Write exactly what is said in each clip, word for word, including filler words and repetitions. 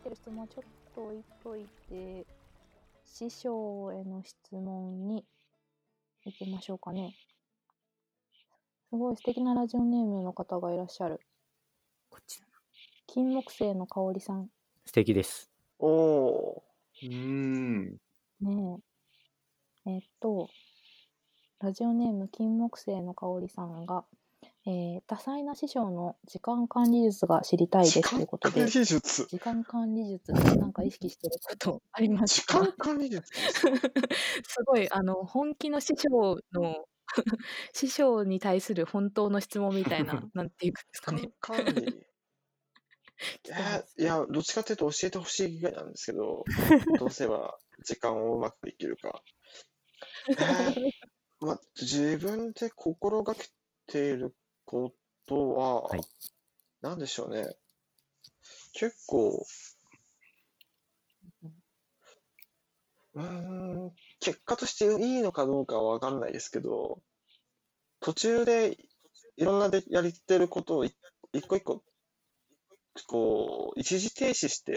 てる質問はちょっと置いといて、師匠への質問に行きましょうかね。すごい素敵なラジオネームの方がいらっしゃる。 こっちだな。 金木犀の香りさん。 素敵です。 おお。うーん。 ねえ。えっと、ラジオネーム金木犀の香りさんが、えー多彩な師匠の時間管理術が知りたい時ですという間こと管で、 理術。 時間管理術ってなんか意識してることあります時か？ 間管理術ですか？ すごい、あの、本気の師匠の師匠に対する本当の質問みたいな、なんていうんですか時ね。 間管理。 来てまえす。 ーいや、どっちかっていうと教えてほしいぐらいなんですけど、どうすれば時間をうまくできるか。えーまあ、自分で心がけていることは、 はい。 なんでしょうね。結構、うーん、結果としていいのかどうかはわかんないですけど、途中でいろんなでやりてることをい一個一個、こう、一時停止して、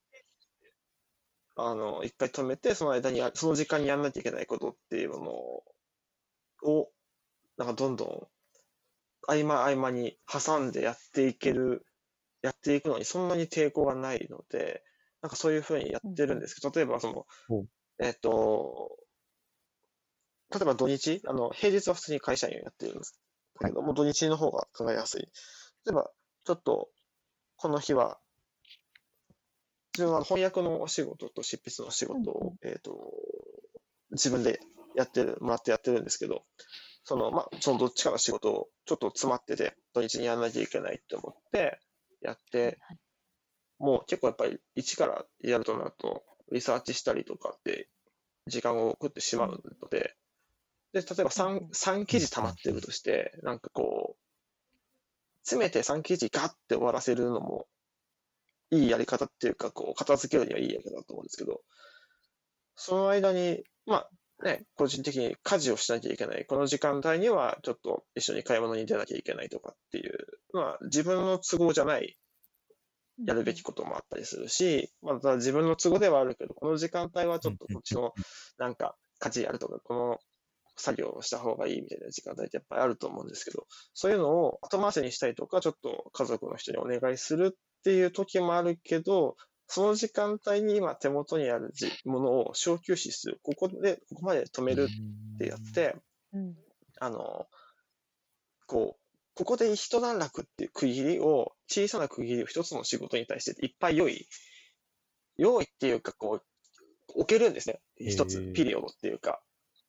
あの、一回止めて、その間にや、その時間にやらなきゃいけないことっていうものを、なんかどんどん合間合間に挟んでやっていける、やっていくのにそんなに抵抗がないので、なんかそういうふうにやってるんですけど、例えばその、 おえっと、例えば土日、あの、平日は普通に会社員をやってるんですだけど、もう土日の方が考えやすい。例えば、ちょっと、この日は、自分は翻訳のお仕事と執筆のお仕事を、えっと、自分でやってる、もらってやってるんですけど、その、まあ、そのどっちかの仕事をちょっと詰まってて、土日にやらなきゃいけないって思ってやって、もう結構やっぱり一からやるとなると、リサーチしたりとかって時間を食ってしまうので、で、例えば3、三記事溜まってるとして、なんかこう、詰めてさん記事ガッて終わらせるのもいいやり方っていうか、こう、片付けるにはいいやり方だと思うんですけど、その間に、まあね、個人的に家事をしなきゃいけない。この時間帯にはちょっと一緒に買い物に出なきゃいけないとかっていう、まあ自分の都合じゃないやるべきこともあったりするし、また自分の都合ではあるけど、この時間帯はちょっとこっちのなんか家事やるとか、この作業をした方がいいみたいな時間帯ってやっぱりあると思うんですけど、そういうのを後回しにしたりとか、ちょっと家族の人にお願いするっていう時もあるけど、その時間帯に今手元にあるじものを小休止する。ここで、ここまで止めるってやって、 うん。 あの、こう、ここで一段落っていう区切りを、小さな区切りを一つの仕事に対していっぱい用意、用意っていうか、こう、置けるんですね。一つ、ピリオドっていうか。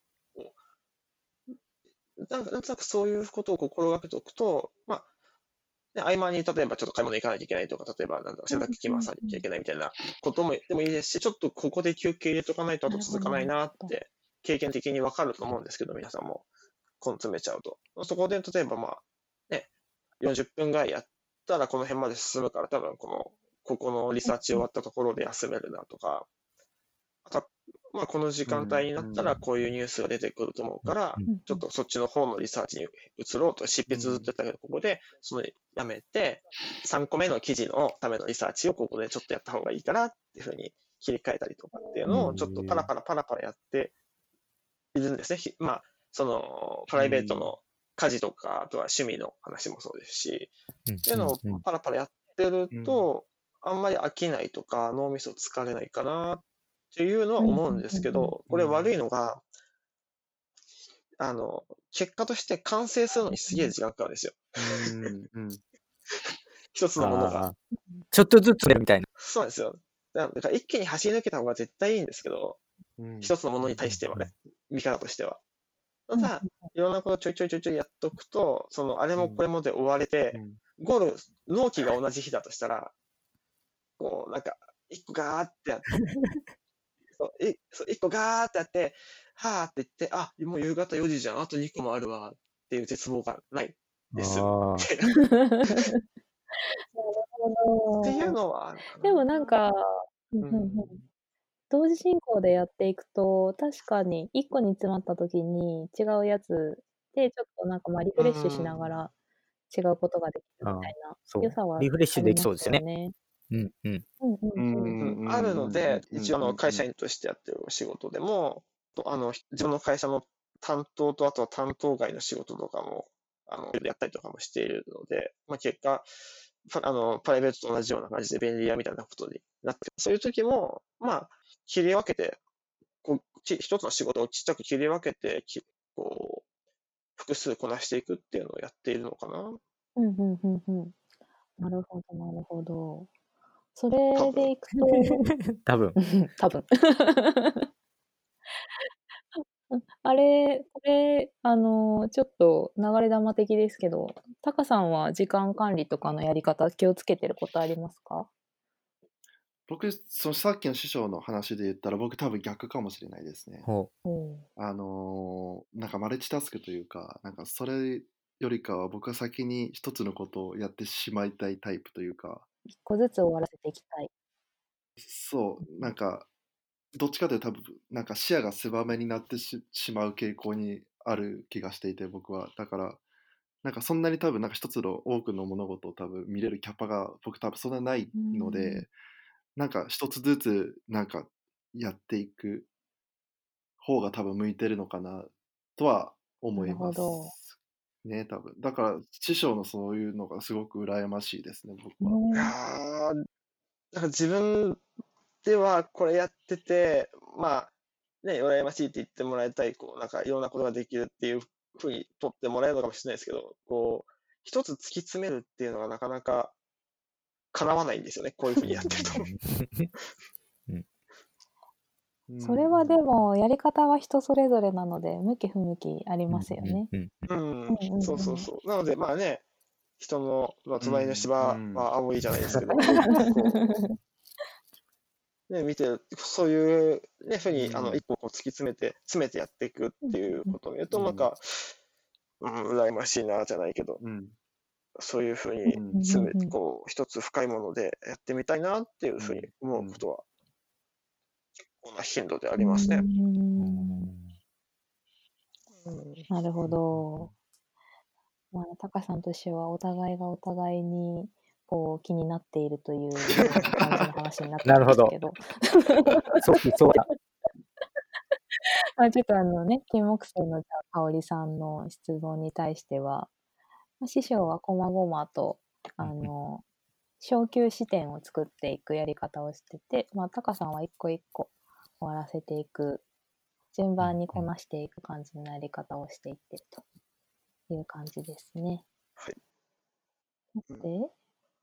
なんか、なんとなくそういうことを心がけておくと、まあ、ね、合間に例えばちょっと買い物行かなきゃいけないとか、例えばなんだろう、洗濯機回さなきゃいけないみたいなこともでもいいですし、ちょっとここで休憩入れとかないとあと続かないなって経験的にわかると思うんですけど、皆さんも、この詰めちゃうと。そこで例えばまあ、ね、よんじゅっぷんぐらいやったらこの辺まで進むから多分この、ここのリサーチ終わったところで休めるなとか、あとはまあ、この時間帯になったらこういうニュースが出てくると思うから、ちょっとそっちの方のリサーチに移ろうと、執筆ずっとやったけど、ここで、その、やめて、さんこめの記事のためのリサーチをここでちょっとやった方がいいかなっていうふうに切り替えたりとかっていうのを、ちょっとパラパラパラパラやっているんですね。まあ、その、プライベートの家事とか、あとは趣味の話もそうですし、っていうのをパラパラやってると、あんまり飽きないとか、脳みそ疲れないかなっていうのは思うんですけど、これ悪いのが、あの、結果として完成するのにすげえ時間かかるんですよ。一つのものが。 ちょっとずつね、みたいな。 そうなんですよ。だから一気に走り抜けた方が絶対いいんですけど、一つのものに対してはね、見方としては。ただ、いろんなことちょいちょいちょいちょいやっとくと、その、あれもこれもで終われて、ゴール、納期が同じ日だとしたら、こう、なんか、一個ガーってやって、そういそう一個ガーってやって、はーって言って、あ、もう夕方よじじゃん、あとにこもあるわっていう絶望がないです。 あみたいな。 なるほっていうど。 のはあるかな。 でもなんか、うんうん。 うんうん、同時進行でやっていくと、確かにいっこに詰まった時に違うやつで、ちょっとなんか、ま、リフレッシュしながら違うことができるみたいなそう。 良さはリフレッシュできありまそうですよね。 すよね。 うんうん。 うんうんううんうん、あるので、 うん一応あの会社うん員としてやってるお仕事でも、とあの自分の会社の担当と、あとは担当外の仕事とかも、あのやったりとかもしているので、まあ、結果、パあのプライベートと同じような感じで便利屋みたいなことになって、そういう時も、まあ、切り分けて、こうち一つの仕事をちっちゃく切り分けて、きこう複数こなしていくっていうのをやっているのかな。 うんうんうんうん。なるほどなるほど。そ多れ分。 でいくと、 多分。 多分。あれ、これ、あの、ちょっと流れ弾的ですけど、タカさんは時間管理とかのやり方、気をつけてることありますか？ 僕、そのさっきの師匠の話で言ったら、僕多分逆かもしれないですね。 ほおうあのーなんかマルチタスクというか、なんかそれよりかは僕は先に一つのことをやってしまいたいタイプというか、 一個ずつ終わらせていきたい。 そう、なんか、どっちかというと多分、なんか視野が狭めになってし、しまう傾向にある気がしていて、僕は。だから、なんかそんなに多分、なんか一つの多くの物事を多分見れるキャパが僕多分そんなないのうん。 で、なんか一つずつなんかやっていく方が多分向いてるのかなとはな思いまるほど。 すね、多分。だから師匠のそういうのがすごく羨ましいですね、僕は。 いうん。 やー、なんか自分ではこれやってて、まあ、ね、羨ましいって言ってもらいたい、こう、なんかいろんなことができるっていうふうに取ってもらえるのかもしれないですけど、こう、一つ突き詰めるっていうのがなかなか叶わないんですよね、こういうふうにやってると。 うんそれはでも、やり方は人それぞれなので、向き不向きありますよね。 うんうん、 うんうんそうそうそう。なので、まあね、人の、まあ、 うん隣の芝うんは青いじゃないですけど、こう、ね、見てる、そういう、ね、ふうに、あの、 うん一個こう突き詰めて、詰めてやっていくっていうことを見ると、 うんなんか、うん、羨ましいな、じゃないけど、 うんそういうふううにうんん詰めて、 うんうんこう、一つ深いものでやってみたいなっていうふうに思うんうことは、こんな頻度であうりますね。 ん。 うんなるほど。まあ、タカさんとしてはお互いがお互いにこう気になっているというような感じの話になってなるほど。 ますけど、 そうそうだ。 まあちょっとあのね、金木犀のじゃあ香織さんの質問に対しては、まあ師匠は細々とあの昇級視点を作っていくやり方をしてて、まあタカさんは一個一個終わらせていく、順番にこなしていく感じのやり方をしていってるという感じですね。 はい。 さて、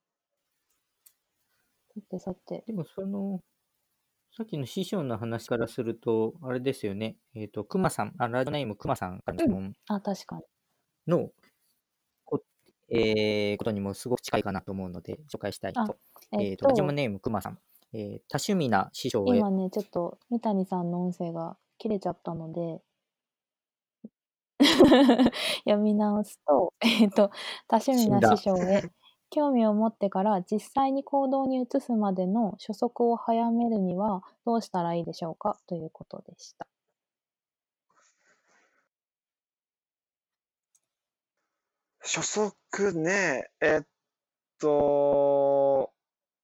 さてさて、 でもその、さっきの師匠の話からすると、あれですよね。えっ、と、くまさん、あラジオネームくまさんからの質問あ、確かに。 の、こえーことにもすごく近いかなと思うので、紹介したいあと。 えっえっ、と、ラジオと、 ネームくまさん。えー多趣味な師匠へ。 今ね、ちょっと三谷さんの音声が切れちゃったので、読み直すと、えっと、多趣味な死んだ師匠へ、興味を持ってから実際に行動に移すまでの初速を早めるにはどうしたらいいでしょうかということでした。 初速ね、えっと、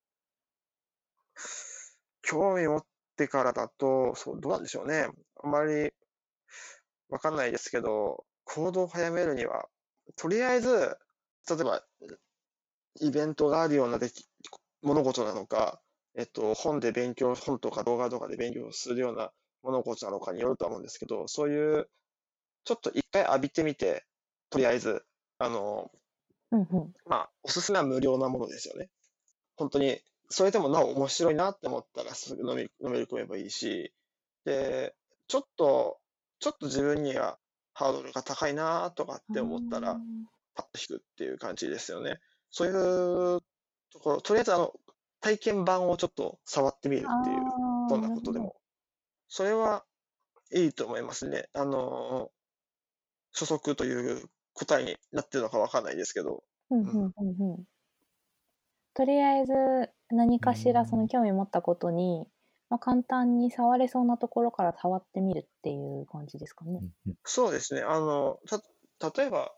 興味持ってからだと、そう、どうなんでしょうね。あんまりわかんないですけど、行動を早めるには、とりあえず、例えば、イベントがあるようなでき物事なのか、えっと、本で勉強、本とか動画とかで勉強するような物事なのかによるとは思うんですけど、そういう、ちょっと一回浴びてみて、とりあえず、あの、 うんうん。 まあ、おすすめは無料なものですよね。本当に、それでもなお面白いなって思ったらすぐ飲み、飲める込めばいいし、で、ちょっと、ちょっと自分にはハードルが高いなとかって思ったら、パッと引くっていう感じですよね。そういうところ、とりあえずあの、体験版をちょっと触ってみるっていう、 ああ、 どんななるほど。 ことでも。それはいいと思いますね。あの、初速という答えになってるのかわかんないですけど。 うんうんうんうん。とりあえず何かしらその興味持ったことに、まあ、簡単に触れそうなところから触ってみるっていう感じですかね。 うんうんそうですね。あの、た、例えば、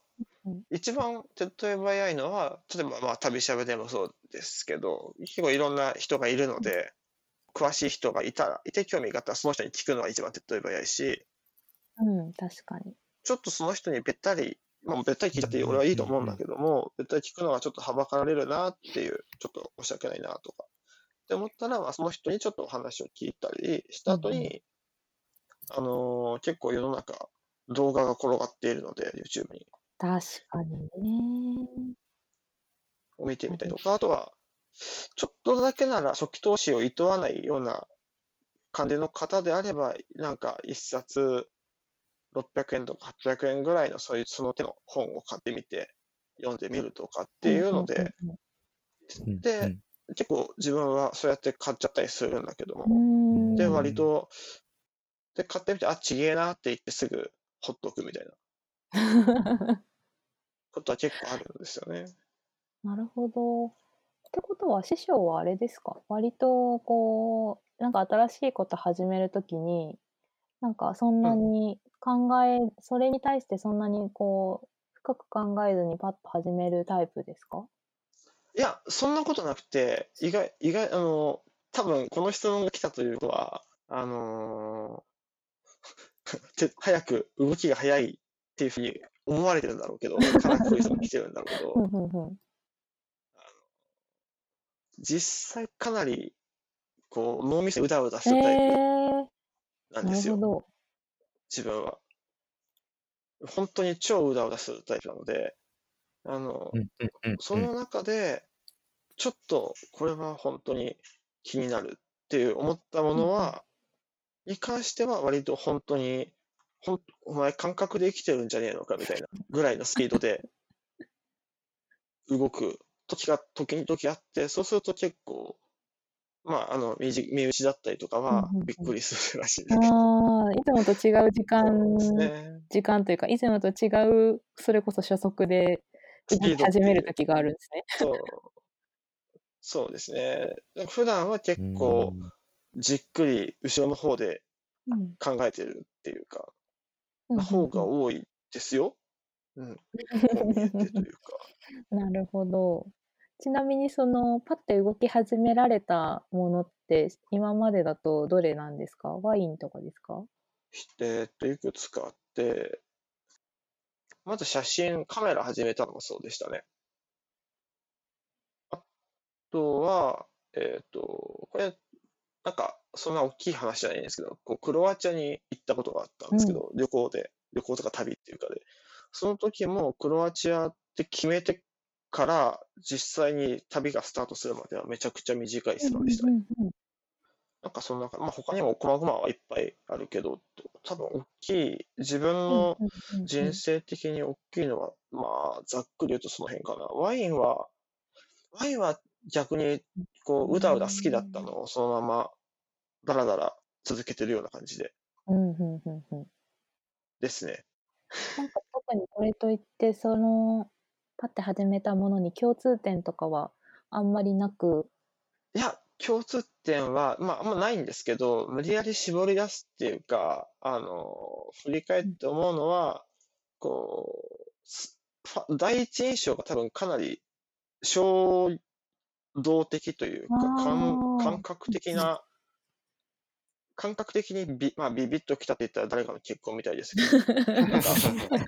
うん一番手っ取り早いのは、例えばまあ旅しゃべでもそうですけど、結構いろんな人がいるので、詳しい人がいたら、いて興味があったらその人に聞くのが一番手っ取り早いし、 うん、確かに。 ちょっとその人にべったり、まあ、べったり聞いちゃって俺はいいと思うんだけども、べったり聞くのはちょっとはばかられるなっていう、ちょっと申し訳ないなとか。って思ったら、まあ、その人にちょっとお話を聞いたりした後に、 うんうあのー結構世の中動画が転がっているので、YouTube に確かにね。 を見てみたりとか、あとは、ちょっとだけなら初期投資を厭わないような感じの方であれば、なんか一冊ろっぴゃくえんとかはっぴゃくえんぐらいのそういうその手の本を買ってみて読んでみるとかっていうので、 うんで、結構自分はそうやって買っちゃったりするんだけどうも、 ん。 で、 うん割と、で、買ってみて、あ、ちげえなって言ってすぐほっとくみたいなことは結構あるんですよね。 なるほど。ってことは師匠はあれですか、割とこうなんか新しいこと始めるときになんかそんなに考え、それに対してそんなにこう深く考えずにパッと始めるタイプですか？ いや、そんなことなくて、意外、意外、あの、多分この質問が来たということは、あのーて早く動きが早いっていうふうに思われてるんだろうけど、かなりこういう人が来てるんだろうけふど、 んふんふん。 実際かなり、こう、脳みそうだうだすえるタイプー、ななんですよ、 るほど。 自分は。本当に超うだうだするタイプなので、あの、 うんうんうんその中で、ちょっとこれは本当に気になるっていう思ったものは、に関しては割と本当に、ほんお前感覚で生きてるんじゃねえのかみたいなぐらいのスピードで動く時が、時に時あって、そうすると結構、まあ、あの、身じ身内だったりとかはうんうんうんびっくりするらしいんだけど、 ああ、いつもと違う時そうです間ね。 時間というか、いつもと違う、それこそ初速で動スピーき始ドっていう。 める時があるんですね。 そう、そうですね。普段は結う構んじっくり後ろの方でうん。 考えてるっていうか、 うんうん方うん。 が多いですよ。うん。こう見えてというか。 なるほど。ちなみにそのパッて動き始められたものって、今までだとどれなんですか？ワインとかですか？ えーっと、いくつかあって、まず写真、カメラ始めたのもそうでしたね。あとは、えーっと、これ、なんか、そんな大きい話じゃないんですけど、こうクロアチアに行ったことがあったんですけど、旅行で、旅行とか旅っていうかで、その時もクロアチアって決めてから実際に旅がスタートするまではめちゃくちゃ短いスパンでしたね。 うんうんうんうん。 なんかその中、まあ、他にも細々はいっぱいあるけど、多分大きい、自分うんのうんうんう人ん。 生的に大きいのは、まあ、ざっくり言うとその辺かな。ワインは、ワインは逆に、こう、うだうだ好きだったのをそのまま、だらだら続けてるような感じで、 うんうんうんうん。 ですね。 なんか特にこれといって、その、パッて始めたものに共通点とかはあんまりなく。 いや、共通点は、まあ、あんまないんですけど、無理やり絞り出すっていうか、あの、振り返って思うのは、こう、すファ第一印象が多分かなり衝動的というあか、感あ。 感覚的な、感覚的にビ、まあ、ビビッときたって言ったら誰かの結婚みたいですけど、なんか、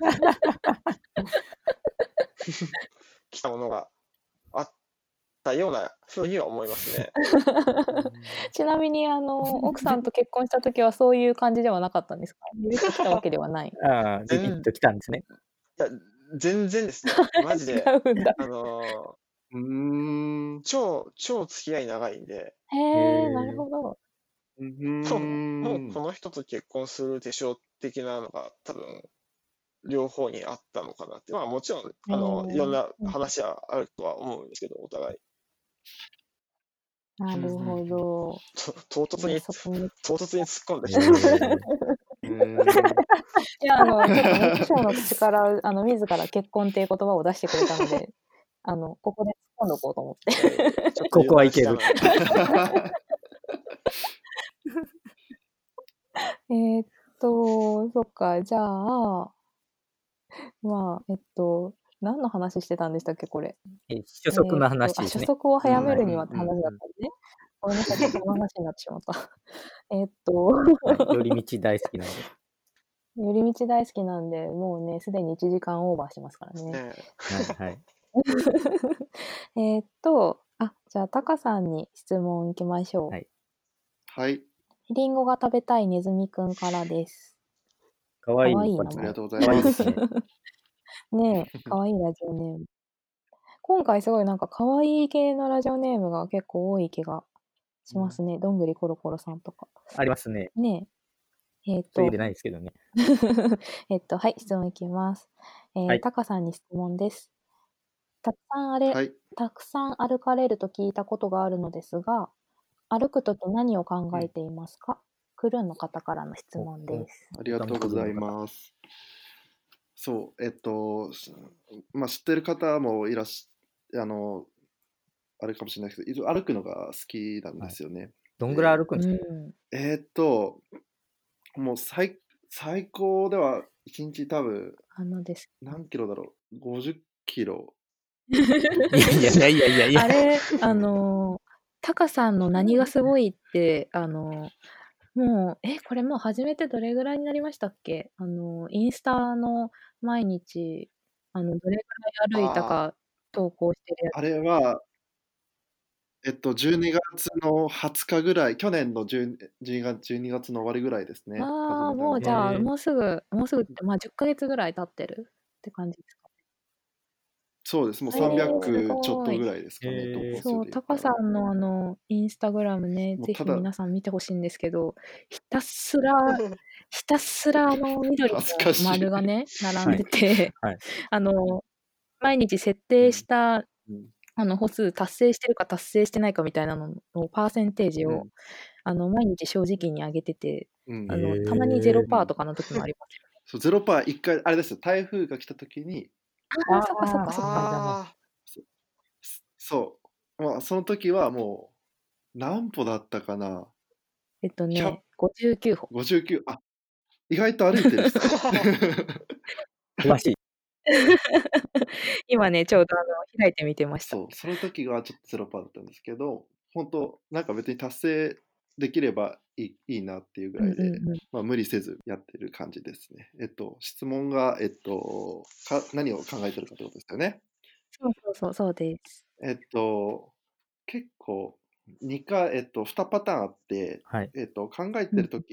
来たものがあったようなふうには思いますね。 ちなみにあの、奥さんと結婚した時はそういう感じではなかったんですか？ビビッときたわけではない。 ああ、ビビッ全、 ときたんですね。 いや、全然ですね。マジ違で、 うんだ。 あのうーん。 ー超、超付き合い長いんで、 へへえ、なるえ。 ほど。 うー。 もう、もうんこの人と結婚するでしょう的なのが多分、両方にあったのかなって。まあもちろん、 へあの、いろんえ。 なうん。 話はあるとは思うんですけど、お互い。 なるほど。 と唐突いや、 に、 そこめ唐突に突っ込んでへきたんですけど。 え。 えー、 いや、あの、ちょっとね、師匠の口から、あの、自ら結婚っていう言葉を出してくれたので、あの、ここで突っ込んどこうと思って。 えーちょっとここはいける。 油断したな。 えーっと、そっか、じゃあ、まあ、えっと、 何の話してたんでしたっけ、これ。 えー初速のえーっと、あ、初話ですね。 速を早めるうんにはってうんうん話だったんでね。ごめんなさい、ちょっとその話になってしまった。えーっと、 はい。寄り道大好きなんで。 寄り道大好きなんで、もうね、すでにいちじかんオーバーしてますからね。 ねはいはい。 えーっと、あ、じゃあ、タカさんに質問いきましょう。 はい。 はい。 リンゴが食べたいネズミくんからです。 かわいいかわいい感じで。 名前。 ありがとうございかわいいます。 ですね。 ねえ、かわいいラジオネーム。今回すごいなんかかわいい系のラジオネームが結構多い気がしますね。どんぐりころころさんとか。 ありますね。 ねえ。えーっとそういうで、ないですけどね。 えっと、はい、質問いきます。えー、 はい。 タカさんに質問です。たくさんあれ、 はい。 たくさん歩かれると聞いたことがあるのですが、歩くとき何を考うん。 えていますか？クルーンの方からの質お、 問お、 です。 ありがオタムクとうございルーの方。 ます。そう、えっと、しまあ、知ってる方もいらっし、あの、あれかもしれないですけど、歩くのが好きなんではい。 すよね。 どんぐらいで、 う歩くんですか？ ん。 えーっと、もう最、最高ではいちにち多分あのです。 何キロだろう ?ごじゅっ キロいやいやいやいやいやいや。 あれ、あうん。 の、タカさんの何がすごいって、あの、もう、え、これもう始めてどれぐらいになりましたっけ？あの、インスタの毎日、あの、どれぐらい歩いたあか投稿してるやあれは、えっと、じゅうにがつのはつかぐらい、去年の10 12月、じゅうにがつの終わりぐらいですね、始ああ、 めたのが。 もうじゃあ、 えー、 もうすぐもうすぐって、ま、じゅっかげつぐらい経ってるって感じですか？ そうです。もうええ、すさんびゃくちょっとぐごい。 らいですかね、投えー、 稿数そう、タカで言ったら。 さんのあの、インスタグラムね、ぜひもうただ、 皆さん見て欲しいんですけど、ひたすらーひたすらあの緑恥ずのかしい。 丸がね、並んではい。 て、 はい。 あの、毎日設う定ん。 したうん。 あの、歩数達成してるか達成してないかみたいなののパーセンテージを、 うん。 あの、毎日正直に上げてて、 うんあの、たまにゼロえー、 パーうん。 とかの時もありますよね。 そう、ゼロパー一回、あれですよ、台風が来た時に、 ああ、そっかそっああ、こかそっか。 の間の。 あそそう、まあ、その時はもう、何歩だったかな、 えっとひゃく、 ね、ごじゅうきゅう歩。 ごじゅうきゅう、あ、意外と歩いてるっすね。 あ。 詳しい。 今ね、ちょうどあの、開いてみてました。 そう、その時はちょっとゼロパーだったんですけど、本当なんか別に達成できればいいいいなっていうぐうんらいで、 うんうん。 まあ、無理せずやってる感じですね。えっと、質問が、えっと、か何を考えてるかってことですよね。 そうそうそう、そうです。 えっと、結構、にかい、えっと、にパターンあって、 はい。 えっと、考えうん。 てる時って、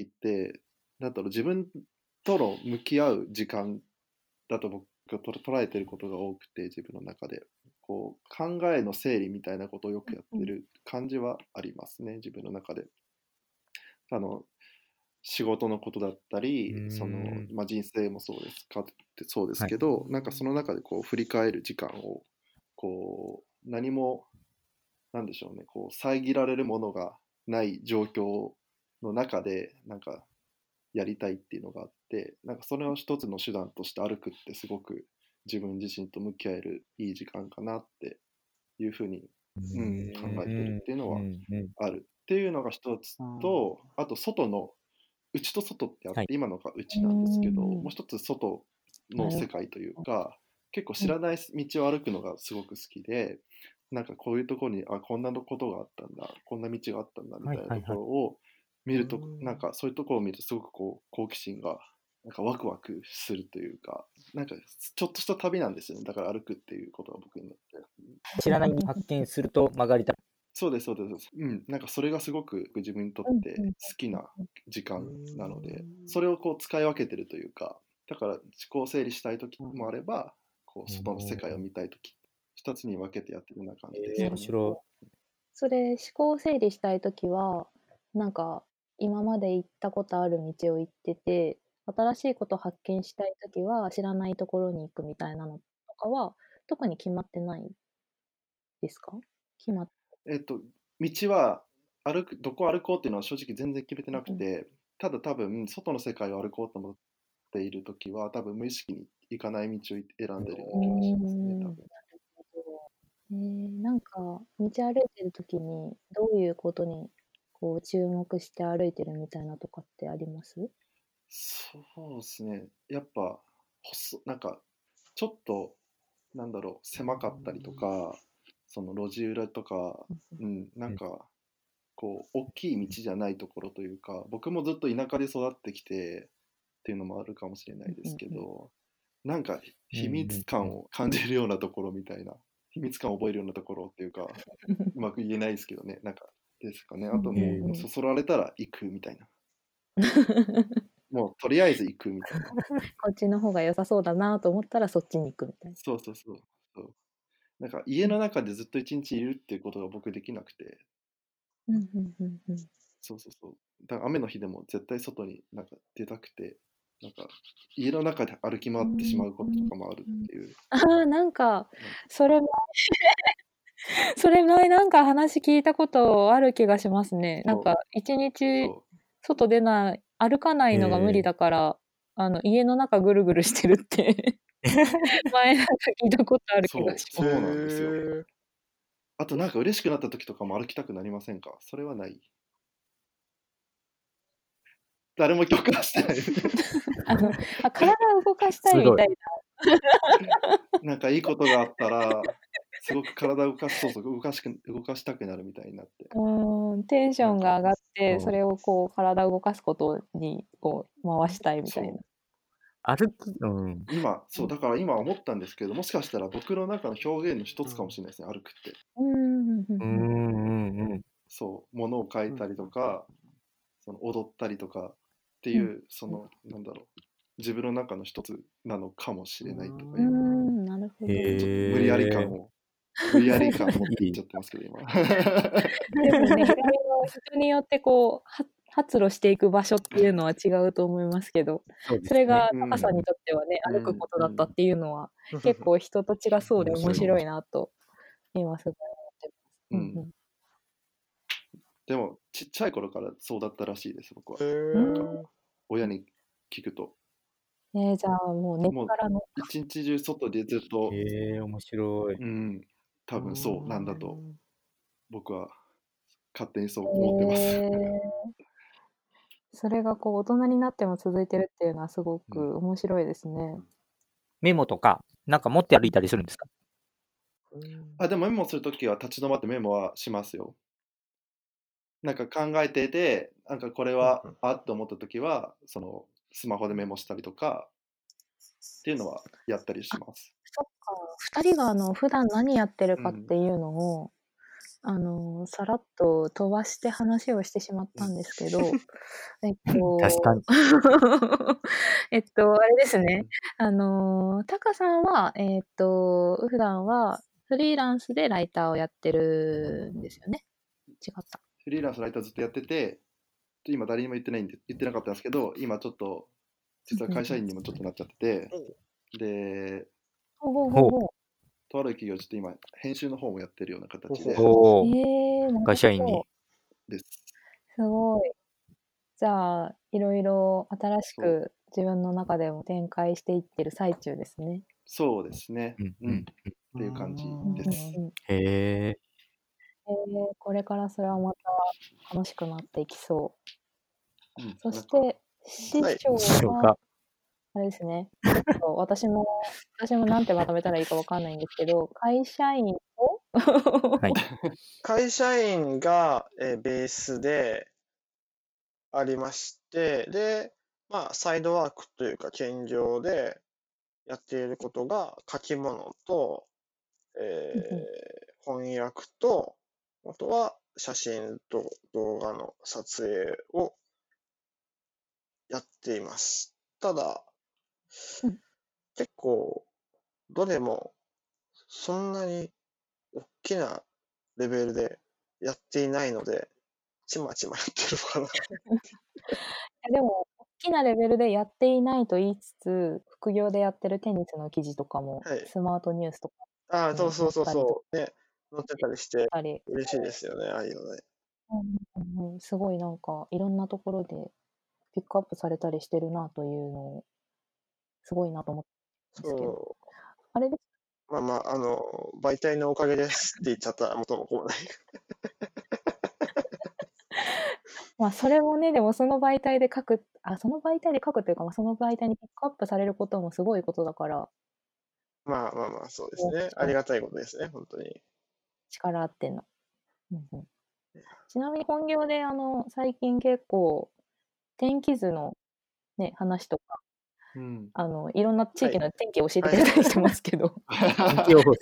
なんだろう、自分との向き合う時間だと僕がと捉えてることが多くて、自分の中で。こう、考えの整理みたいなことをよくやっうん。 てる感じはありますね、自分の中で。あの、仕事のことだったうり、その、 ーん。 まあ、人生もそうですかってそうですはい。 けど、なんかその中でこう振り返る時間を、こう、何もなんでしょうね、こう遮られるものがない状況の中でなんかやりたいっていうのがあって、なんかそれを一つの手段として歩くってすごく自分自身と向き合えるいい時間かなっていうふうに、 ううん、考えてるーん。 っていうのはうんうん。 あるっていうのが一つと、あと外の内と外ってあっはい。 て、今のがう内なんですけど、もーん。 う一つ外のなる世界というほど。 か、結構うん。 知らない道を歩くのがすごく好きで、なんかこういうところに、あ、こんなことがあったんだ、こんな道があったんだみはたいなとこいはいはい。 ろを見ると、なんかそういうところを見るとすごくこう好奇心がなんかワクワクするというか、なんかちょっとした旅なんですよね。だから歩くっていうことが僕にとって。 知らない発見すると曲がりたい。 そうです、そうです。うん、なんかそれがすごく自分にとっうんうんて好きなうん時間なので、それをこう使い分けてるというか、だから思考整理したい時もあれば、こう外の世界を見たい時、二つに分けてやってるような感じですえー、 なかね。 るほど。 面白それ、思考整理したいときは、なんか、今まで行ったことある道を行ってて、新しいこと発見したいときは、知らないところに行くみたいなのとかは、特に決まってないですか？決まっえっと、道は歩く、どこ歩こうっていうのは正直全然決めてなくうん。 て、ただ多分外の世界を歩こうと思っている時は、多分無意識に行かない道を選んでるよううーな気がしますね、多ん。な分。 るほど。えーなんか、道歩いてるときに、どういうことに、こう、注目して歩いてるみたいなとかってあります？ そうですね。やっぱ、細なんか、ちょっとなんだろう、狭かったりとか、その路地裏とか、うん、なんか、こう、大きい道じゃないところというか、僕もずっと田舎で育ってきてっていうのもあるかもしれないですけど、なんか秘密感を感じるようなところみたいな、秘密感を覚えるようなところっていうか、うまく言えないですけどね、なんかですかね。あともう、もうそそられたら行くみたいな。もうとりあえず行くみたいな。 こっちの方が良さそうだなと思ったらそっちに行くみたいな。 そうそうそうそう。なんか家の中でずっと一日いるっていうことが僕できなくて、 うんうんうんうん。 そうそうそう。だから雨の日でも絶対外になんか出たくて、なんか家の中で歩き回ってしまうこととかもあるっていう。 ああ、なんか、それ前、それ前なんか話聞いたことある気がしますね。なんか一日そう。 外出ない、歩かないのが無理だから、あの家の中ぐるぐるしてるって前なんか聞いたことある気そう、 がします。 そうなんですよ。 へーあとなんか嬉しくなった時とかも歩きたくなりませんか？それはない？誰も許可してない。 あのあ体を動かしたいみたいなんかいいことがあったら、すごく体を動かし、そうそう、動かしく、動かしたくなるみたいになって。 な、うん、テンションが上がって、 うんそれをこう体を動かすことにこう回したいみたいな。 歩き、うん。 今、そう、だから今思ったんですけど、もしかしたら僕の中の表現の一つかもしれないですね、歩くって。 うんうんうんうんうんうんうん。 そう、物を書いたりとか、その踊ったりとかっていう、その、なんだろう、自分の中の一つなのかもしれないとかういう、 ん、なるほど。 へちょっとえ。 無理やり感を、無理やり感を持っていいっちゃってますけど、今。 でもね、左の人によってこうは発露していく場所っていうのは違うと思いますけど、 そうですそれがねタカさんにとってはね、 うん歩くことだったっていうのは、結構人と違そうで面白いなと今すごい思ってうます。うんん。でも、ちっちゃい頃からそうだったらしいです、僕は。 へうんーうん親に聞くと。 ねえ、じゃあもう根っもうからの、 一日中外でずっと、 へえ、面白い。 うん、多分そうなんだと僕は勝手にそうへ思ってます。 え、それがこう大人になっても続いてるっていうのはすごく面白いですね。 メモとか、なんか持って歩いたりするんですか？ あ、でもメモするときは立ち止まってメモはしますよ。なんか考えてて、なんかこれはあっと思ったときは、そのスマホでメモしたりとかっていうのはやったりします。 そっか、ふたりがあの普段何やってるかっうんていうのを、あのさらっと飛ばして話をしてしまったんですけど、えっ確かとに。 えっとあれですね、あのタカさんはえっと普段はフリーランスでライターをやってるんですよね。違った。 フリーランスライターずっとやってて、今誰にも言ってないんで、言ってなかったんですけど、今ちょっと、実は会社員にもちょっとなっちゃってて、で、 ほうほうほうほう。 とある企業、ちょっと今、編集の方もやってるような形でおお、 えー、なるほど。 会社員に。 です。 すごい。じゃあ、いろいろ新しそうく自分の中でも展開していってる最中ですね。 そうですね。 うんうん。っていう感じです。 うんうんうんへえ。 えー、これからそれはまた楽しくなっていきそう。 うん、 そなんかして、師はい匠はそうか、 あれですね。ちょっと私も、私もなんてまとめたらいいかわかんないんですけど、会社員をはい。 会社員が、えーベースでありまして、で、まあ、サイドワークというか、兼業でやっていることが、書き物と、えー翻訳と、あとは写真と動画の撮影をやっています。ただ、 うん結構、どれもそんなに大きなレベルでやっていないので、ちまちまやってるのかな。 でも、大きなレベルでやっていないと言いつつ、副業でやってるテニスの記事とかも、 はい。 スマートニュースとかああ、 にそうそうそう載ったりとそう。ね、載ってたりして、 かり、 嬉しいですよね、ああいうのね。 うんうんうん、すごいなんかいろんなところでピックアップされたりしてるなというのをすごいなと思ったんですけど、 そあれです。 う。まあまあ、あの、媒体のおかげですって言っちゃったら元も子もない。 まあそれもね、でもその媒体で書く、あ、その媒体で書くというか、まあ、その媒体にピックアップされることもすごいことだから、 まあまあまあ、そうですもうね。 しかもありがたいことですね、本当に。 力あっての。うんうん。ちなみに本業であの最近結構天気図のね、話とか、 うん。 あのいろんな地はい。 域の天気を教えてはいはいはい。 くれたりしてますけど。 天気予報士。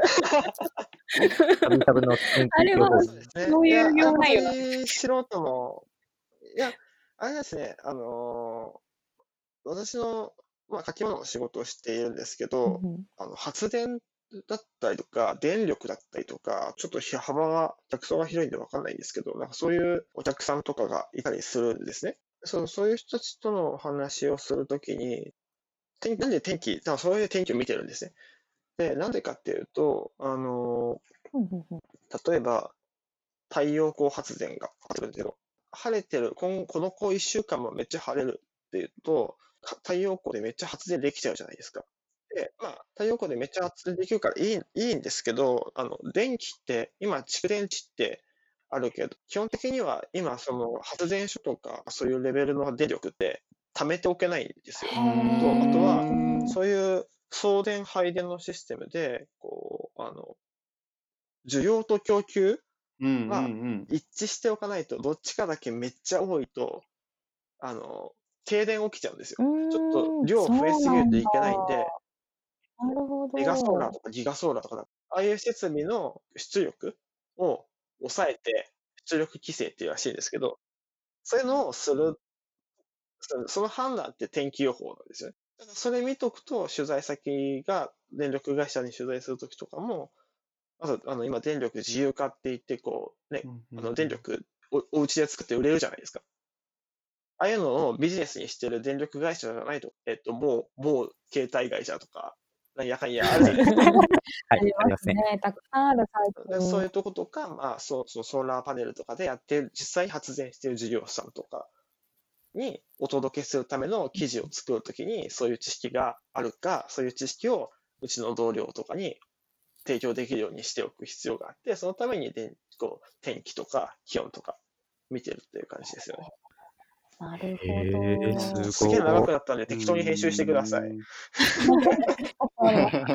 たびたびの天気あれは予報士。 そうですね。 どういういや、あれ本当業内容なんですか？ に素人も、いや、あれですね、あのー私の、まあ、書き物の仕事をしているんですけうんど、 うん。 あの、発電だったりとか、電力だったりとか、ちょっとひ幅が、客層が広いんでわかんないんですけど、なんかそういうお客さんとかがいたりするんですね。そう、そういう人たちとのお話をするときに、天なんで天気、多分そういう天気を見てるんですね。で、なんでかっていうと、あのうんうんうん。 ー例えば、太陽光発電があるんですけど、晴れてる、今この子いっしゅうかんもめっちゃ晴れるっていうと、か太陽光でめっちゃ発電できちゃうじゃないですか。で、まあ、太陽光でめっちゃ発電できるからいいいいんですけど、あの、電気って、今、蓄電池ってあるけど、基本的には今、その発電所とか、そういうレベルの電力って貯めておけないんですよ。 へと、あとは、 え。 そういう送電配電のシステムで、こう、あの、需要と供給うんうんうはん。 一致しておかないと、どっちかだけめっちゃ多いと、あの、停電起きちゃうんですよ。 うちょっとーん、 量増えそうすぎるといなんだ。 けないんで、 なるほメガソーラーど。 とかギガソーラーとか、ああいう設備の出力を抑えて、出力規制っていうらしいんですけど、そういうのをする、そその判断って天気予報なんですよね。だからそれ見とくと、取材先が電力会社に取材するときとかも、あと、あの、今電力自由化って言って、こう、ね、 うんうあの、 んうん。 電力お、お家で作って売れるじゃないですか。ああいうのをビジネスにしてる電力会社じゃないと、えっと、もう、もう携帯会社とか、なんやかんやあるじゃないですか。 あはい、 りまありますね。 すね。たくさんある最でそう近。 いうとことか、まあ、そうそう、ソーラーパネルとかでやってる、実際に発電している事業者さんとかにお届けするための記事を作るときに、そういう知識があるか、そういう知識をうちの同僚とかに提供できるようにしておく必要があって、そのためにでこう天気とか気温とか見てるっていう感じですよね。 なるほへえ、 ど。 すすげえ長ごい。 くなったんで適当に編集してください。 うーん。 かしこまりました。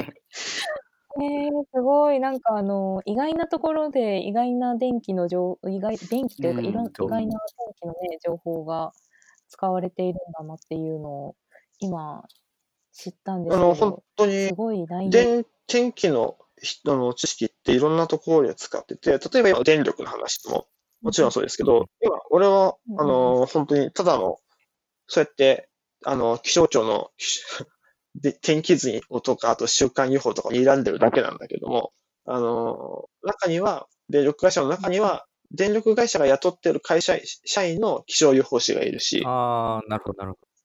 ええ、すごいなんかあの、意外なところで意外な電気のじょう意外電気うというか、いろんん、 意そう。 外な天気のね、情報が使われているんだなっていうのを今知ったんであの、本すけど、 当に、 すごい内容電、天気の人の知識っていろんなところで使ってて、例えば今電力の話ももちろんそうですけど、今、俺は、あの、本当にただの、そうやって、あの、気象庁ので天気図とか、あと週間予報とかを選んでるだけなんだけども、あの、中には、電力会社の中には、電力会社が雇ってる会社、社員の気象予報士がいるし、 ああ、なるほど、なるほど。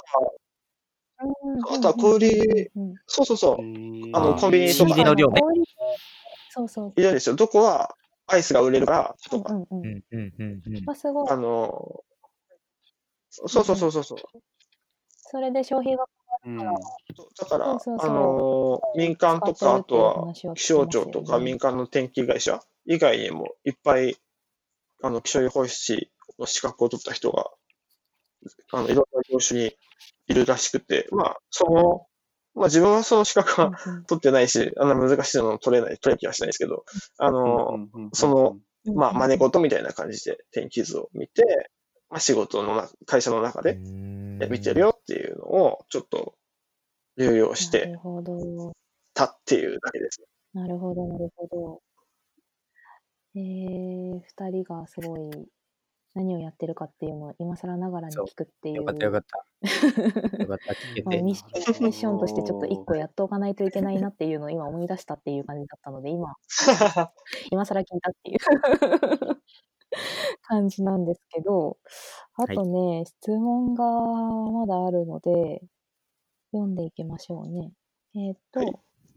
うん、 あとは小売り、 うんうんうんうん。 そうそうそう、 へあの、 あコンビニと新か人の量ね。 小売りそうそう。 いるんですよ。どこはアイスが売れるからうとか、 んうんうん。 うんうんうんうん。 あ、すごい。 あの、そうそうそうそうそう。 それで消費がうん。 だから、 そうそうあそう。 の、民間とか、あとは気象庁とか民間間の天気会社以外にもいっぱい、あの、気象予報士の資格を取った人が、あの、いろんな業種にいるらしくて、まあ、その、まあ自分はその資格は取ってないし、あんな難しいの取れない、取れる気はしないですけど、あの、その、まあ、真似事みたいな感じで天気図を見て、まあ、仕事のな、会社の中で見てるよっていうのを、ちょっと流用しなてるほど。 たっていうだけですね。 なるほど、なるほど。えー、二人がすごい何をやってるかっていうのを今更ながらにそう。 聞くっていう。 よかったよかった。よかった、聞けて。 まあミッションミッションとしてちょっと一個やっておかないといけないなっていうのを今思い出したっていう感じだったので、今、今更聞いたっていう感じなんですけど、あとね、質問がまだあるので、読んでいきましょうね。えっと、 はい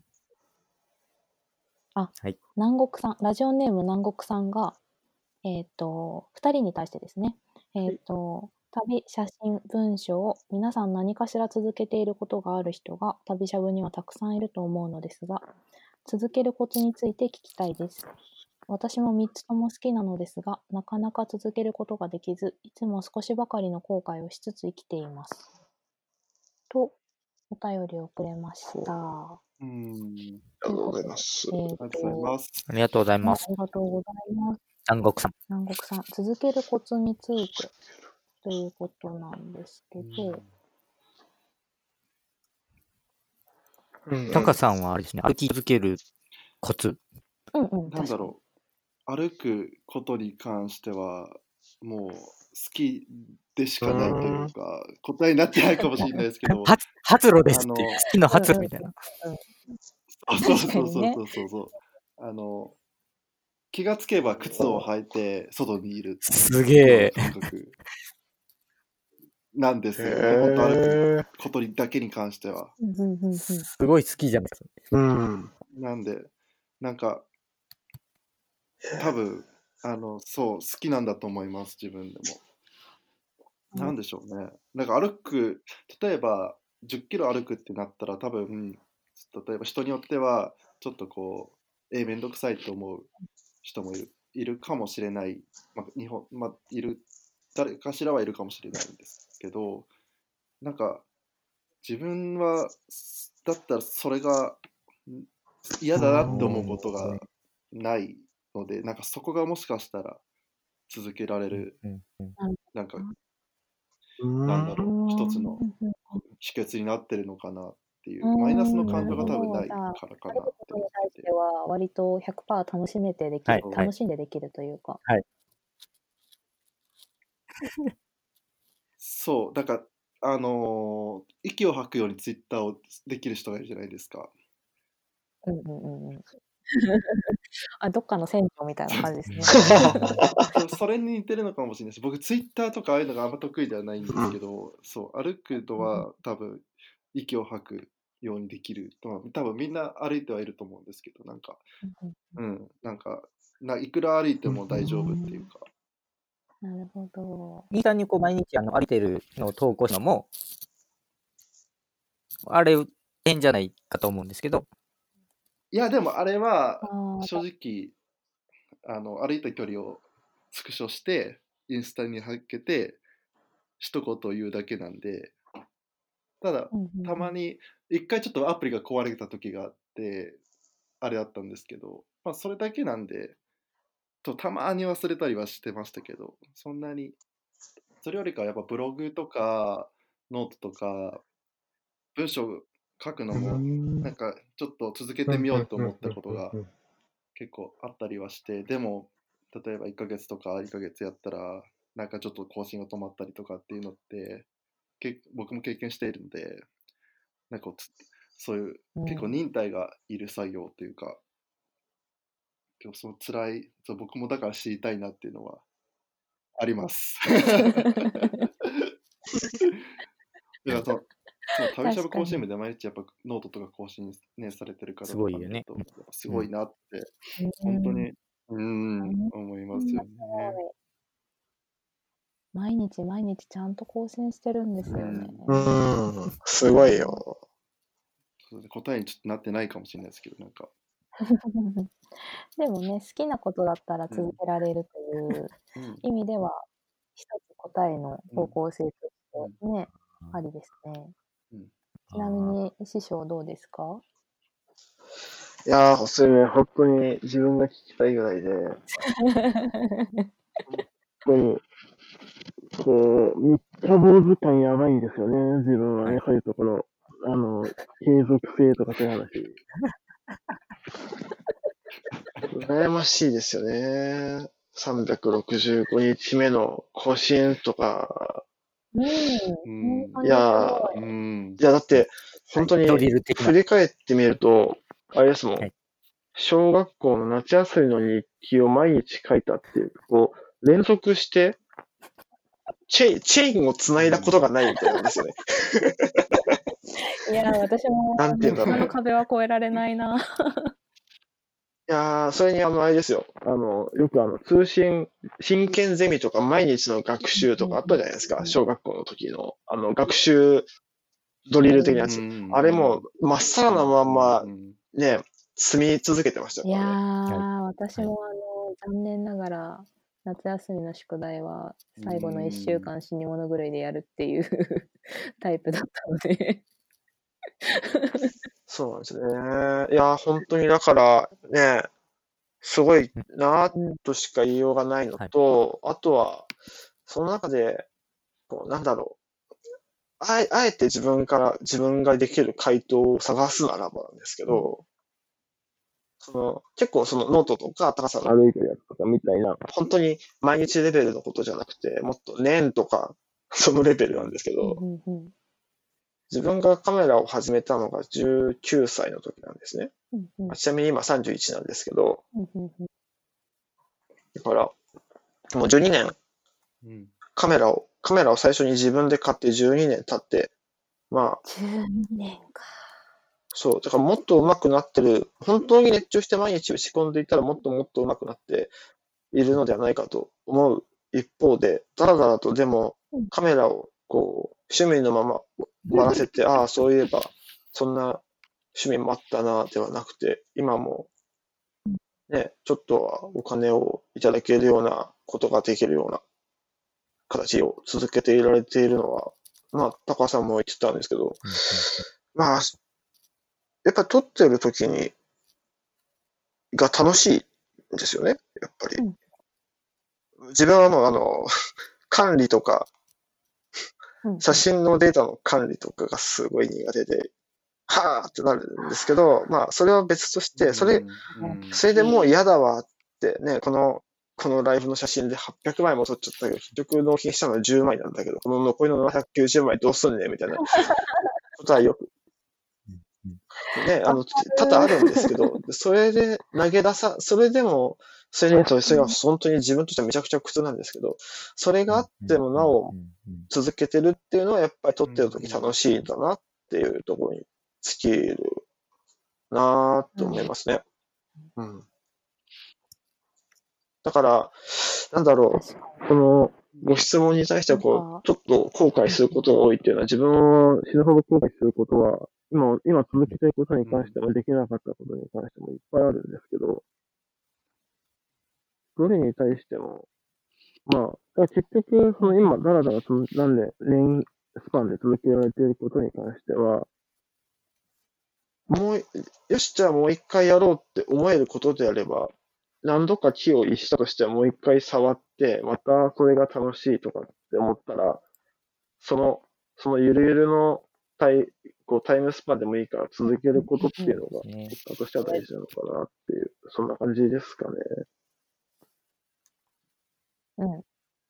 あ、 はい。 南国さん、ラジオネーム南国さんが、えっと、二人に対してですね、えっと、旅、写真、文章を皆さん何かしら続けていることがある人が旅しゃぶにはたくさんいると思うのですが、続けるコツについて聞きたいです。私もみっつとも好きなのですが、なかなか続けることができず、いつも少しばかりの後悔をしつつ生きています。とお便りをくれました。 うん。 ありがとうございます。 えっ、 ありがとうございと、 ます。 ありがとうございあます。 りがとうございます。 南国さん。 南国さん、続けるコツについてということなんですけうど、 んうんうん。 タカさんはあれですね、歩き続けるコツ。 うんうん、確かに。 なんだろう、歩くことに関しては、もう好きでしかないというか、答えになってないかもしれないですけど、 発発露ですあの、 っていう。好きの発露みたいな。 そうそう確かにねそうそうそうそうそう、あの、気がつけば靴を履いて外にいるすげようなえ。 感覚なんですよね。 へ本当歩くー。 ことにだけに関しては。 うんうんうんうん。 すごい好きじゃないですか。 うん。 なんで、なんか、多分、あの、そう、好きなんだと思います、自分でも。なんでしょうね。なんか歩く、例えばじゅっキロ歩くってなったら多分、例えば人によってはちょっとこう、えー、めんどくさいと思う人もいる、いるかもしれない。まあ、日本、まあ、いる、誰かしらはいるかもしれないんですけど、なんか自分は、だったらそれがん嫌だなって思うことがないので、なんかそこがもしかしたら続けられる、 うんうんなんかうんなんだろう、一つのうんうん秘訣になってるのかなっていうう、 んマイナスのな感情がるほど。 多分ないじゃあ、 からか歩くなって思っことに対てて。 しては、割とひゃくパーセント楽しめてできる、 はいはい楽しんでできるというか。 はい。 そう、だから、あのー息を吐くようにツイッターをできる人がいるじゃないですか。 うんうんうんうん。あ、どっかの船長みたいな感じですね。 そそれに似てるのかもしれないし、僕ツイッターとかああいうのがあんま得意ではないんですけど、そう、歩くのは多分息を吐くようにできると、多分みんな歩いてはいると思うんですけど、なんか、うん、なんか、ないくら歩いても大丈夫っていうか。 なるほど。 インスタにこう毎日あの歩いてるのを投稿したのも、あれ変じゃないかと思うんですけど、 いや、でもあれはああ、 正直、あの歩いた距離をスクショしてインスタに貼っけて一言言うだけなんで、ただうんうんうんたまに一回ちょっとアプリが壊れた時があってあれだったんですけど、まあそれだけなんで、とたまに忘れたりはしてましたけど、そんなにそれよりかはやっぱブログとかノートとか文章書くのもなんかちょっと続けてみようと思ったことが結構あったりはして、でも例えばいっかげつとかいっかげつやったらなんかちょっと更新が止まったりとかっていうのってけ僕も経験しているので、なんかつそういううん結構忍耐がいる作業というか、結構その辛い、そう僕もだから知りたいなっていうのはあります。だからそのその旅しゃぶ確かに甲子園で毎日やっぱノートとか更新、ね、されてる方すとごいよね。 か見ると、やっぱすごいなってうん本当に、うーん、 うん思いますよね。 毎日毎日ちゃんと更新してるんですよね。 うん。すごいよ。 そうで答えにちょっとなってないかもしれないですけど、なんか、 でもね、好きなことだったら続けられるといううん、 意味では、一つ答えの方向性としてね、 うんありですね。 うんちなみに師匠どうですか？ いやー、それね、本当に自分が聞きたいぐらいで、本当に、こう、三日坊主感やばいんですよね、自分はね、 はいそういうところ。あの、継続性とかそういう話。羨ましいですよね。さんびゃくろくじゅうごにちめの更新とか。 うん、 うん本当にいやー、 すごい。 うん、 いや、だって、本当にドリル的な振。り返ってみると、あれですもん。 はい小学校の夏休みの日記を毎日書いたっていう、こう、連続して、チェーン、チェーンを繋いだことがないみたいなんですよね。 いやー、私もなんていうんだろうあの壁は越えられないな。 いやー、それにあの、あれですよ。あの、よくあの、通信、真剣ゼミとか毎日の学習とかあったじゃないですか。小学校の時の、あの、学習ドリル的なやつ。 うんあれも、まっさらなまんまう、んね、積み続けてましたいやからね。 ー、私もあの、残念ながら、夏休みの宿題は最後のいっしゅうかん死に物狂いでやるっていうタイプだったので。 そうなんですね。いや、本当にだからね、すごいなうんとしか言いようがないのはい。 と、あとは、その中で、こう、なんだろう。あえ、あえて自分から自分ができる回答を探すならばなんですけうんど、その、結構そのノートとか高さの歩いてるやつとかみたいな、本当に毎日レベルのことじゃなくて、もっと年とか、そのレベルなんですけうんど、 うんうん自分がカメラを始めたのがじゅうきゅうさいの時なんですね。 うんうんちなみに今さんじゅういちなんですけど、 うんうんうんだから、もうじゅうにねんうん。 カメラを、カメラを最初に自分で買ってじゅうにねん経って、まあ、 じゅうにねんか。 そう、だからもっと上手くなってる、本当に熱中して毎日打ち込んでいたらもっともっと上手くなっているのではないかと思う一方で、だらだらとでもうんカメラをこう、趣味のまま終わらせて、ああ、そういえば、そんな趣味もあったな、ではなくて、今もね、ちょっとはお金をいただけるようなことができるような形を続けていられているのは、まあ、高橋さんも言ってたんですけど、 うんうんまあ、やっぱ撮ってる時に、が楽しいんですよね、やっぱり。 うん自分はもうあの、管理とか、 うん写真のデータの管理とかがすごい苦手で、はぁーってなるんですけど、まあ、それは別として、それ、 うんそれでもう嫌だわってね、この、このライブの写真ではっぴゃくまいも撮っちゃったけど、結局納品したのはじゅうまいなんだけど、この残りのななひゃくきゅうじゅうまいどうすんねんみたいなことはよくうんね、あの、多々あるんですけど、それで投げ出さ、それでも、それで、それは本当に自分としてはめちゃくちゃ苦痛なんですけど、それがあってもなおうんうん続けてるっていうのは、やっぱり撮ってる時楽しいんだなっていうところに尽きるなぁと思いますね。うん。だから、なんだろ確かう、このご質問に対してはこなんかう、ちょっと後悔することが多いっていうのは、自分を死ぬほど後悔することは、今、今続けたいことに関しても、できなかったことに関してもいっぱいあるんですけど、どれに対しても、まあ、だから結局、その今、だらだらと、なんで、年スパンで続けられていることに関しては、もう、よし、じゃあもう一回やろうって思えることであれば、何度か気を逸したとしてはもう一回触って、またそれが楽しいとかって思ったら、その、そのゆるゆるのタイ、こうタイムスパンでもいいから続けることっていうのが、 ね結果としては大事なのかなっていう、そんな感じですかね。 うん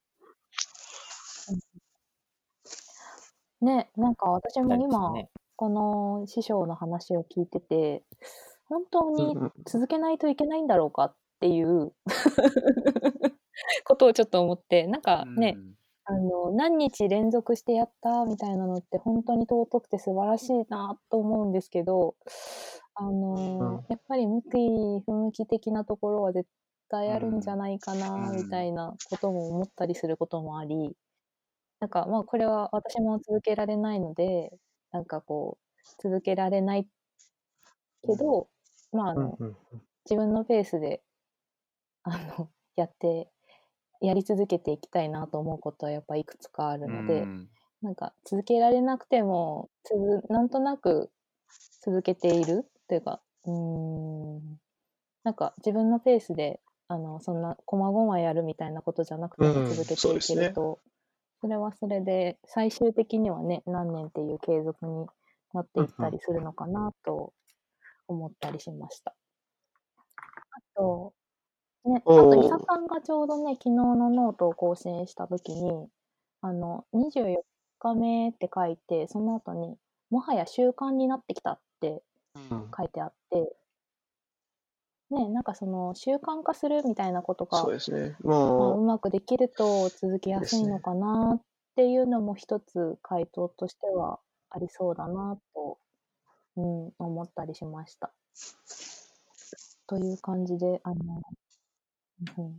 ね、なんか私も大事です今、 ね。 この師匠の話を聞いてて、本当にうんうん続けないといけないんだろうかっていうことをちょっと思って、なんかね、あの、何日連続してやったみたいなのって本当に尊くて素晴らしいなと思うんですけど、あの、 うんやっぱり向き不向き的なところは絶対あるんじゃないかなうんみたいなことも思ったりすることもあり、なんか、まあ、これは私も続けられないので、なんかこう、続けられないけど、まあ、あの、 うんうん自分のペースで、あの、やってやり続けていきたいなと思うことはやっぱいくつかあるので、なんか続けられなくても、つづなんとなく続けているというか、うーん、なんか自分のペースで、あの、そんな細々やるみたいなことじゃなくてうんも続けていそうですねけると、それはそれで最終的にはね、何年っていう継続になっていったりするのかなと思ったりしました。あと、ね、あと、伊おー佐さんがちょうどね、昨日のノートを更新したときに、あの、にじゅうよっかめって書いて、その後に、もはや習慣になってきたってうん書いてあって、ね、なんかその習慣化するみたいなことが、 そうですね。 まあ、うもまくできると続きやすいのかなっていうのも一つ回答としてはありそうだなと、うん、思ったりしました。という感じで、あの、うん、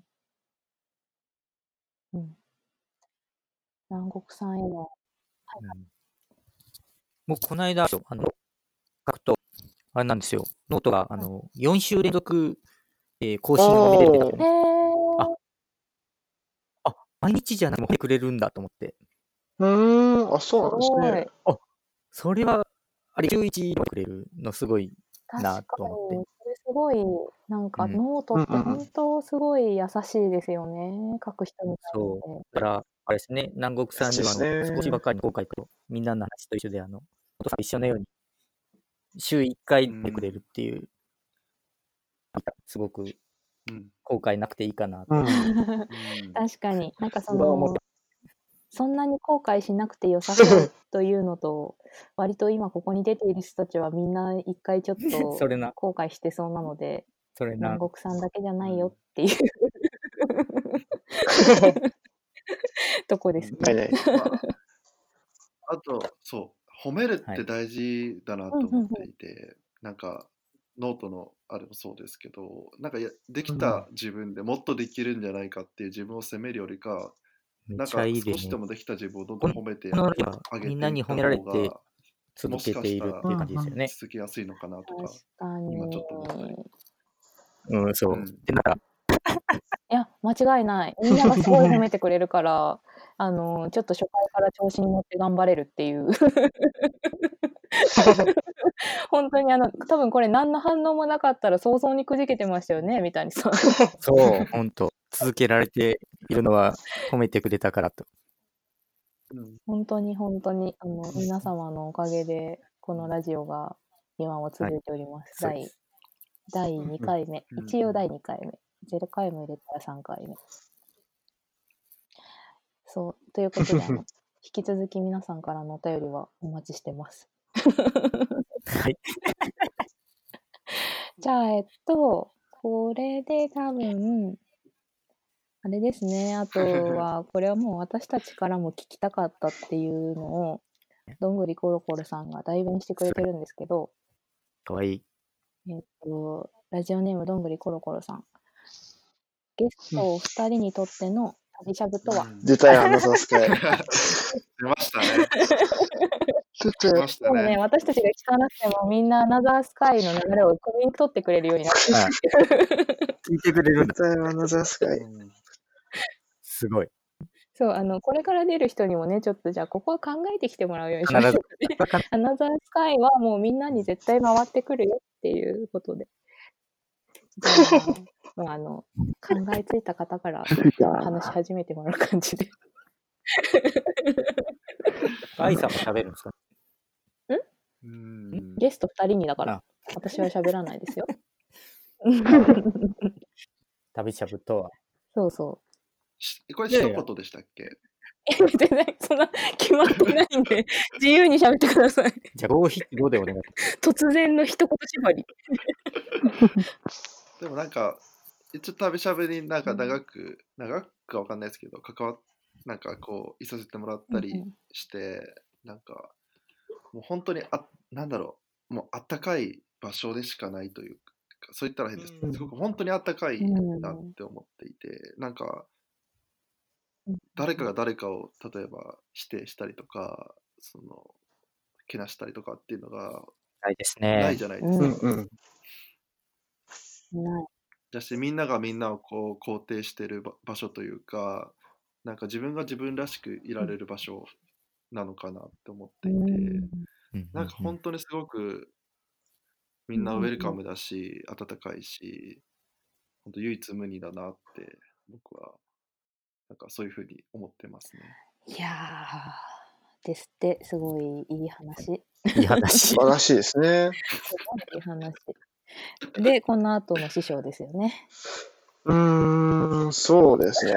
うん。南国さんへの、 うんもうこの間、あの、書くと、あれなんですよ。ノートが、あの、よん週連続、えー更新を見れるってなってへね。 ー、 あ、あ、毎日じゃなくても見てくれるんだと思って。 う、うーん、あ、 すそうなんですごい。 ね。 あ、それはあれ、じゅういちくれるのすごいな確かと思って。 に、それすごい、なんかうん。 ノートって本当すごい優しいですよね。書く人に対そう。 して。 だから、あれですね、南国さんには、あ優しいでの、 すね。 少しばかりの後悔と、みんなの話と一緒で、あの、お父さんと一緒のように、週いっかいでくれるっていう、すごくうん。 後悔なくていいかなと。 うん。 うん。 確かに、なんかそそれは思っの、 て。 そんなに後悔しなくて良さそうというのと、割と今ここに出ている人たちはみんな一回ちょっそとれな、 後悔してそうなので、 それな。 南国さんだけじゃうないよっん。 ていうとこですないね。 ない。 まあ、あと、そう、褒めるってはい。 大事だなうんと思っうんうん。 ていて、なんか、ノートのあれもそうですけど、なんかやできうん。 た自分でもっとできるんじゃないかっていう自分を責めるよりか、 めっちゃなんかいいですね。 少しでもできた自分をどんこの、 どん褒めてこのラジオはあげみんなていったに褒められて方が、も続しけているかしたらっていう感じですよね。 続けやすいのかなとか、 確か今ちょに。 っと思ったり。 うん、そうう。 ん。 で、なんか、 いや、間違いない。みんながすごい褒めてくれるから、あの、ちょっと初回から調子に乗って頑張れるっていう。本当にあの、多分これ何の反応もなかったら早々にくじけてましたよね、三谷さん。 そう、ほんと、続けられているのは褒めてくれたからと。 うん。 本当に本当に、あの、皆様のおかげで、このラジオが今も続いております。 そうで第す。 第2回目。 うん一応だいにかいめ。ゼロかいも入れたらさんかいめ。そう、ということで、あの、引き続き皆さんからのお便りはお待ちしてます。 はい。 じゃあ、えっと、これで多分、あれですね。あとは、これはもう私たちからも聞きたかったっていうのを、どんぐりころころさんが代弁してくれてるんですけど、 かわいい。 えっと、ラジオネームどんぐりころころさん。ゲストお二人にとっての旅しゃぶとは、 うん出たよ、アナザースカイ。 出ましたね。 出たよ。 出ましたでもね、 ね。 私たちが聞かなくてもみんなアナザースカイの流れをクリン取ってくれるようになってあ、聞いてくれるんだ。 出たよ、アナザースカイ。 うん。 すごい。 そう、あの、これから出る人にもね、ちょっとじゃあここは考えてきてもらうようにしましょ必ず。 うかね。アナザースカイはもうみんなに絶対回ってくるよっていうことで。じゃあ、もうあの、考えついた方から話し始めてもらう感じで。 愛さんも喋るんですか？ うん。 ゲスト二人にだからあ、 私は喋らないですよ。 旅しゃぶとは。 そうそしこれいやいや、 一言でしたっけ？ う。全然そんな決まってないんで、自由に喋ってください。 じゃあ、ごひきごでお願いします。 突然の一言縛り。 でもなんか、一応旅しゃべりなんかうん長く、長くかわかんないですけど、関わっ、なんかこう、いさせてもらったりうんうんして、なんか、もう本当にあ、なんだろう、もうあったかい場所でしかないというか、そう言ったら変ですけど、すごく本当にあったかいなって思っていて、なんか、 うん誰かが誰かを例えば否定したりとか、その、けなしたりとかっていうのがないですないね。 じゃないですか。 うんうん。 ない。 だし、みんながみんなをこう肯定してるば場所というか、なんか自分が自分らしくいられる場所なのかなって思っていて、 うんうんなんか本当にすごくみんなウェルカムだし、温かいし、本当唯一無二だなって僕はなんかそういうふうに思ってますね。 いやー、ですって、すごいいい話。 いい話。 素晴らしいですね。 すごいいい話。で、この後の師匠ですよね。 うーん、そうですね。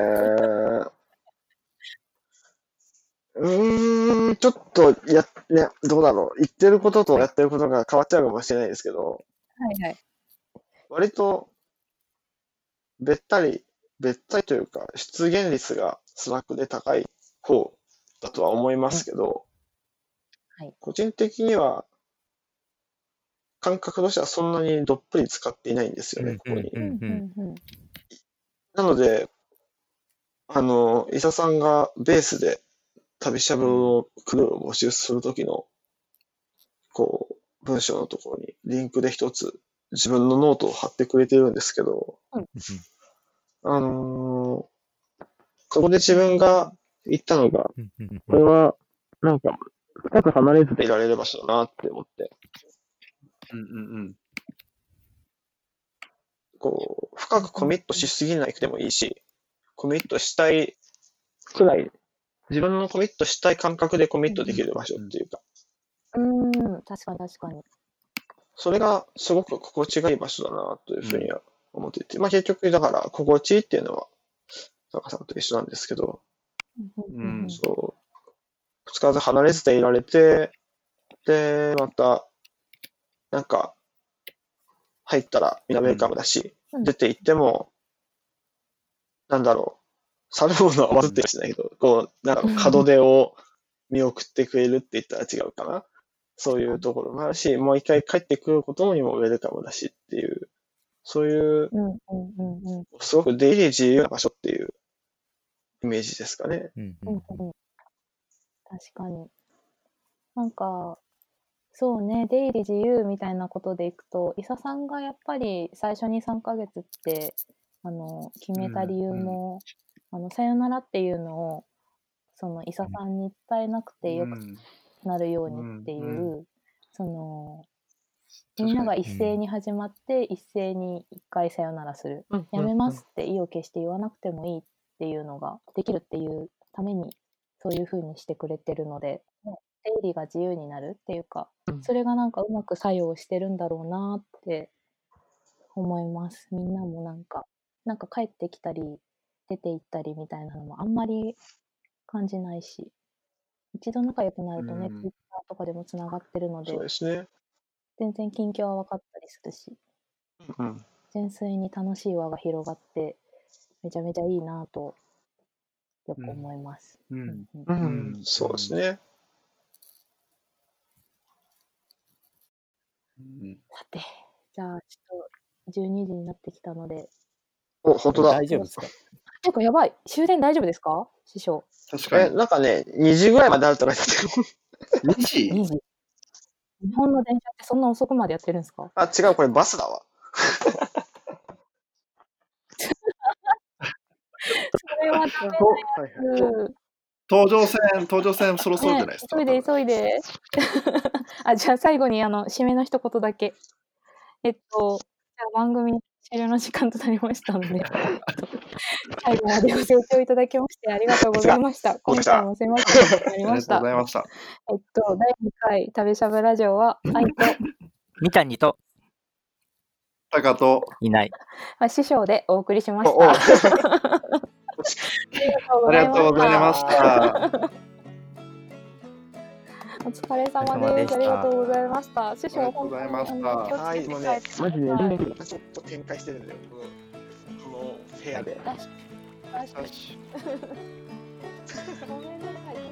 うーん、ちょっとや、ね、どうだろう。言ってることとやってることが変わっちゃうかもしれないですけど、 はいはい。 割と、べったり、べったりというか、出現率がスラックで高い方だとは思いますけど、 はい。 個人的には、感覚としてはそんなにどっぷり使っていないんですよね、ここに。 うんうんうんうんなので、あの、伊佐さんがベースで旅しゃぶをクルーを募集するときの、こう、文章のところにリンクで一つ自分のノートを貼ってくれてるんですけど、 うんあのーそこで自分が言ったのが、 うんうんうんこれは、なんか、 深く離れずでいられる場所だなって思って、 うんうんうん。 こう、深くコミットしすぎないくてもいいし、コミットしたいくらい、自分のコミットしたい感覚でコミットできる場所っていうか、 うーん、確かに確かに。 それがすごく心地がいい場所だなというふうには思っていて、まあ結局だから心地いいっていうのは、坂さんと一緒なんですけど、 うんそう、使わず離れずでいられて、で、また、なんか、入ったらみんなウェルカムだし、 うん出て行っても、なんだろう、去るものはわずってしないけど、こう、なんだろう、門出を見送ってくれるって言ったら違うかな。そういうところもあるし、もう一回帰ってくることにもウェルカムだしっていう、そういう、 うんうんうんうん。 すごく出入り自由な場所っていうイメージですかね。 うんうんうん、確かに。なんか、そうね、出入り自由みたいなことでいくと、伊佐さんがやっぱり最初にさんかげつって、あの、決めた理由も、あの、さよならっていうのを、その伊佐さんに伝えなくてよくなるようにっていう、 うんうその、みんなが一斉に始まって、一斉に一回さよならする。やめますって意を決して言わなくてもいいっていうのができるっていうために、そういう風にしてくれてるので、もう出入りが自由になるっていうか、それがなんかうまく作用してるんだろうなって思います。みんなもなんか、なんか帰ってきたり、出て行ったりみたいなのもあんまり感じないし、一度仲良くなるとね、 うん Twitter とかでもつながってるのでそう、ですね。 全然近況は分かったりするし、 うん。 純粋に楽しい輪が広がって、めちゃめちゃいいなぁと、よく思います。 うんうんうんううんん、そうですね。 うんさて、じゃあ、ちょっとじゅうにじになってきたので、 お、本当だ。 大丈夫ですか？ てかやばい、終電大丈夫ですか師匠。 え、 確かに。 なんかね、にじぐらいまであるとか言ってたけど。 にじにじ。日本の電車ってそんな遅くまでやってるんですか？ あ、違う、これバスだわ。 それはダメとはいはいうん東上線、東上線そろそろじゃないねですか。 急いで急いで。あ、じゃあ最後にあの、締めの一言だけ。えっと、じゃあ番組終了の時間となりましたので、えっと、最後までご清聴いただきましてありがとうございました。今回もすいませんでした。なりありがとうました。 ございました。 えっと、だいにかい食べしゃぶラジオは、愛と、 三谷とタカと、 いない。 あ師匠でお送りしましおおた。あありがとうございました。 お疲れ様お疲れ様で。 ですしたありがとうございました。師匠、 ありがとうございました本当にあの気をつはい、 けてもうね帰って、 マジではい全然ちょっと展開してるんだよ。このこの部屋で。 よしよしよしごめんなさい。